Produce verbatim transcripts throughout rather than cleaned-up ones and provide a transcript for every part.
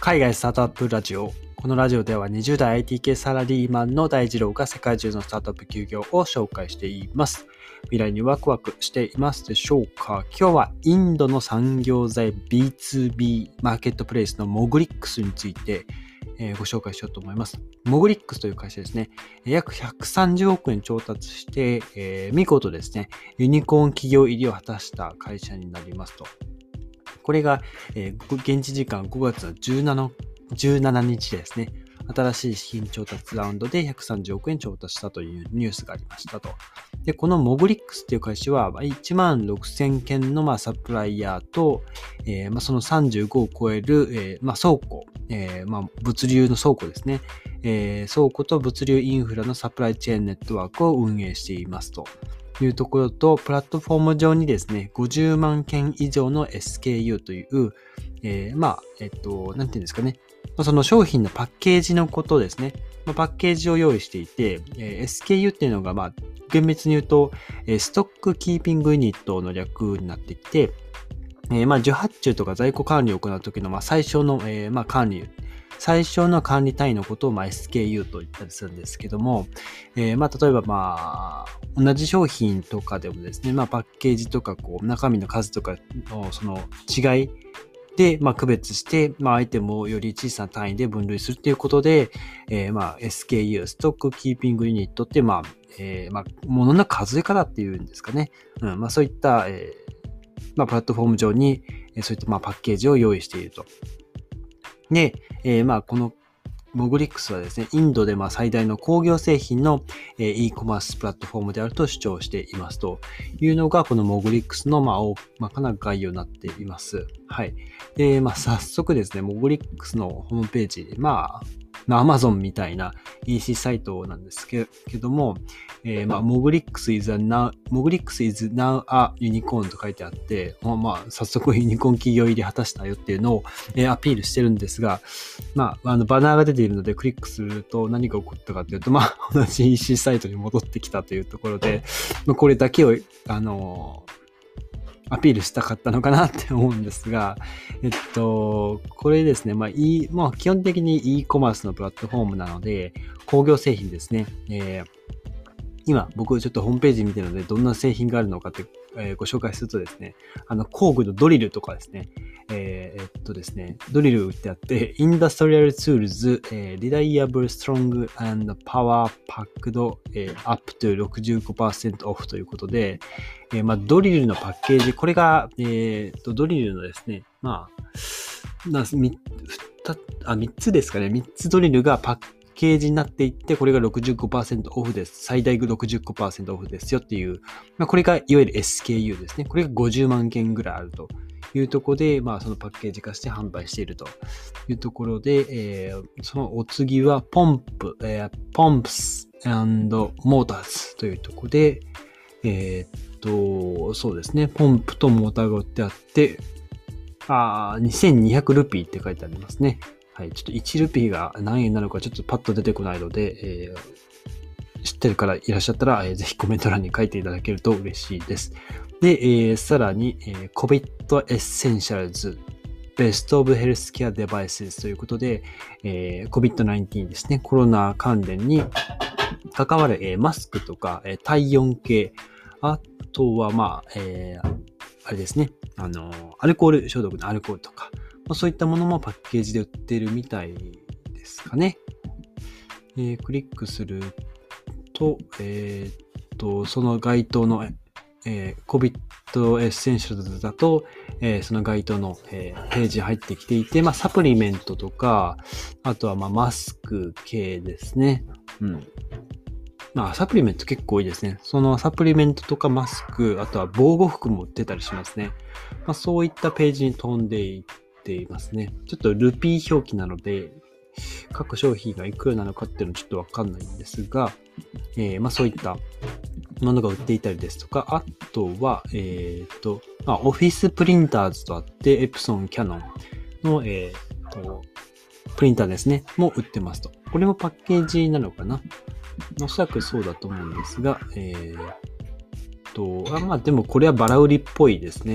海外スタートアップラジオ。このラジオではにじゅう代 アイティー 系サラリーマンの大二郎が世界中のスタートアップ企業を紹介しています。未来にワクワクしていますでしょうか。今日はインドの産業財 ビーツービー マーケットプレイスのモグリックスについて、えー、ご紹介しようと思います。モグリックスという会社ですね。約ひゃくさんじゅうおくえん調達して、えー、見事ですね、ユニコーン企業入りを果たした会社になりますと。これが、えー、現地時間ごがつのじゅうしちにちですね。新しい資金調達ラウンドでひゃくさんじゅうおくえん調達したというニュースがありましたと。で、このモグリックスっていう会社はいちまんろくせんけんのまあサプライヤーと、えーまあ、そのさんじゅうごを超える、えーまあ、倉庫、えーまあ、物流の倉庫ですね、えー。倉庫と物流インフラのサプライチェーンネットワークを運営していますというところと、プラットフォーム上にですね、ごじゅうまんけん以上の エスケーユー という、えー、まあ、えっと、なんていうんですかね、その商品のパッケージのことですね。パッケージを用意していて、エスケーユー っていうのが、まあ、厳密に言うと、ストックキーピングユニットの略になっていて、まあ、受発注とか在庫管理を行うときの、まあ、最小の、まあ、管理、最小の管理単位のことを、まあ、エスケーユー と言ったりするんですけども、えー、まあ、例えば、まあ、同じ商品とかでもですね、まあ、パッケージとか、こう、中身の数とかの、その違い、で、まあ、区別して、まあ、アイテムをより小さな単位で分類するということで、えー、まあ、エスケーユー、ストックキーピングユニットって、まあ、えー、まあ、物の数え方っていうんですかね。うん、まあ、そういった、えー、まあ、プラットフォーム上に、そういった、まあ、パッケージを用意していると。で、えー、まあ、この、モグリックスはですね、インドでまあ最大の工業製品の e コマースプラットフォームであると主張していますというのが、このモグリックスのまあ大まかな概要になっています。はい。で、まあ早速ですね、モグリックスのホームページ、まあ、Amazon みたいな イーシー サイトなんですけども、えー、まあ、Mogrix is a now, Mogrix is now a unicorn と書いてあって、まあ、まあ、早速ユニコーン企業入り果たしたよっていうのを、えー、アピールしてるんですが、まあ、あの、バナーが出ているのでクリックすると何が起こったかというと、まあ、同じ イーシー サイトに戻ってきたというところで、まあ、これだけを、あのー、アピールしたかったのかなって思うんですが、えっと、これですね、まあ、e、まあ、基本的に e コマースのプラットフォームなので、工業製品ですね。えー、今、僕ちょっとホームページ見てるので、どんな製品があるのかって、えー、ご紹介するとですね、あの、工具のドリルとかですね、えー、えっとですね、ドリル売ってあって、Industrial Tools、えー、Reliable Strong and Power Packed、えー、Up to ろくじゅうごパーセント オフということで、えーまあ、ドリルのパッケージ、これが、えー、とドリルのですね、まあ、な 3, あみっつですかね、みっつドリルがパッケージになっていって、これが ろくじゅうごパーセント オフです。最大 ろくじゅうごパーセント オフですよっていう、まあ、これがいわゆる エスケーユー ですね。これがごじゅうまんけんぐらいあるというところで、まあ、そのパッケージ化して販売しているというところで、えー、そのお次はポンプ、えー、ポンプス&モーターズというところで、えー、っと、そうですね、ポンプとモーターが売ってあって、あにせんにひゃくルピーって書いてありますね。はい、ちょっといちルピーが何円なのかちょっとパッと出てこないので、えー、知ってる方いらっしゃったら、えー、ぜひコメント欄に書いていただけると嬉しいです。で、えー、さらに、えー、COVID Essentials Best of Healthcare Devices ということで、えー、コビッドナインティーン ですね、コロナ関連に関わる、えー、マスクとか、えー、体温計、あとは、まあ、えー、あれですね、あのー、アルコール消毒のアルコールとか、そういったものもパッケージで売ってるみたいですかね。えー、クリックすると、えー、っと、その該当の、えー、COVID Essentials だと、えー、その該当の、えー、ページ入ってきていて、まあ、サプリメントとか、あとは、まあ、マスク系ですね。うん。まあ、サプリメント結構多いですね。そのサプリメントとかマスク、あとは防護服も売ってたりしますね。まあ、そういったページに飛んでいっていますね。ちょっとルピー表記なので、各商品がいくらなのかっていうのはちょっとわかんないんですが、えー、まあそういったものが売っていたりですとか、あとは、えっと、まあ、オフィスプリンターズとあって、エプソン、キャノンの、えー、とプリンターですね、も売ってますと。これもパッケージなのかな？おそらくそうだと思うんですが、えー、と、あまあでもこれはバラ売りっぽいですね。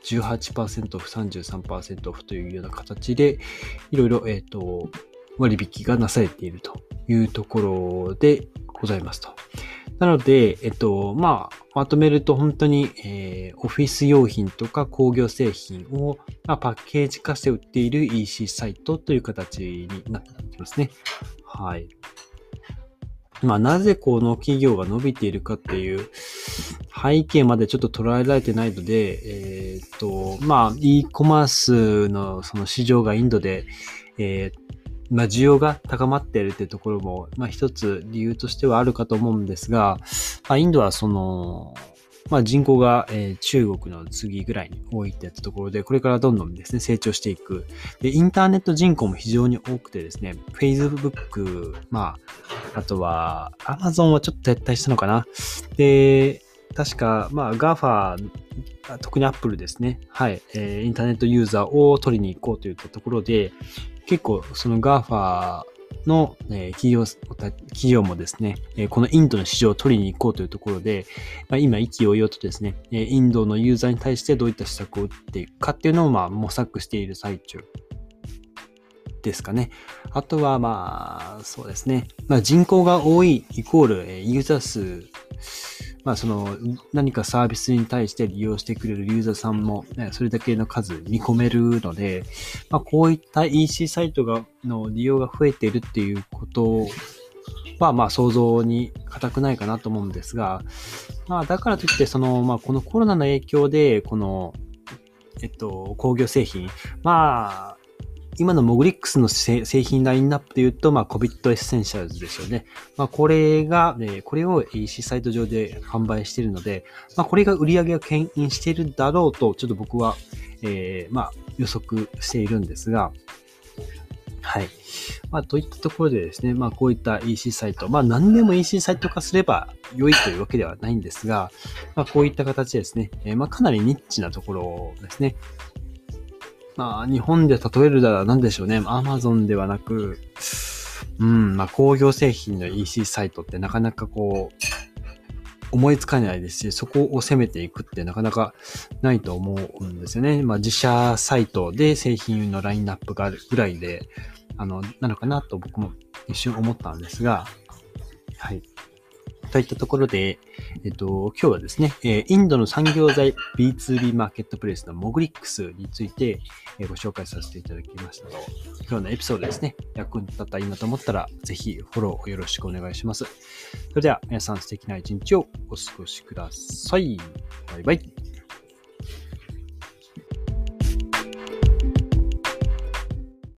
じゅうはちパーセントオフ、さんじゅうさんパーセントオフというような形で、いろいろ、えっと、割引がなされているというところでございますと。なので、えっと、まあ、まとめると本当に、えー、オフィス用品とか工業製品を、まあ、パッケージ化して売っている イーシー サイトという形になっていきますね。はい。まあ、なぜこの企業が伸びているかっていう背景までちょっと捉えられてないので、えーっと、まあ、e コマースのその市場がインドで、えーまあ、需要が高まっているっていうところも、まあ、一つ理由としてはあるかと思うんですが、まあ、インドはその、まあ、人口が、えー中国の次ぐらいに多いってやったところで、これからどんどんですね、成長していく。で、インターネット人口も非常に多くてですね、Facebook、まあ、あとは、Amazon はちょっと撤退したのかな。で、確か、まあ、ガーファ、特に Apple ですね。はい、えーインターネットユーザーを取りに行こうといったところで、結構、その ガーファ の、えー企業、企業もですね、えーこのインドの市場を取りに行こうというところで、まあ、今、意気揚々とですね、えーインドのユーザーに対してどういった施策を打っていくかっていうのを、まあ、模索している最中ですかね。あとは、まあ、そうですね。まあ、人口が多いイコール、えーユーザー数、まあ、その、何かサービスに対して利用してくれるユーザーさんも、ね、それだけの数見込めるので、まあ、こういった イーシー サイトが、の利用が増えているっていうことは、まあ、想像に難くないかなと思うんですが、まあ、だからといって、その、まあ、このコロナの影響で、この、えっと、工業製品、まあ、今のモグリックスの製品ラインナップで言うと、まあ、COVID エッセンシャルズですよね。まあ、これが、えーこれを イーシー サイト上で販売しているので、まあ、これが売り上げを牽引しているだろうと、ちょっと僕は、えーまあ、予測しているんですが、はい。まあ、といったところでですね、まあ、こういった イーシー サイト、まあ、何でも イーシー サイト化すれば良いというわけではないんですが、まあ、こういった形でですね、えーまあ、かなりニッチなところですね。まあ、日本で例えるなら何でしょうね。アマゾンではなく、うん、まあ、工業製品の イーシー サイトってなかなかこう、思いつかないですし、そこを攻めていくってなかなかないと思うんですよね。まあ、自社サイトで製品のラインナップがあるぐらいで、あの、なのかなと僕も一瞬思ったんですが、はい。といったところで、えっと、今日はですね、えーインドの産業材 ビーツービー マーケットプレイスのモグリックスについて、えーご紹介させていただきましたので、今日のエピソードですね、役に立ったらいいなと思ったら、ぜひフォローよろしくお願いします。それでは皆さん素敵な一日をお過ごしください。バイバイ。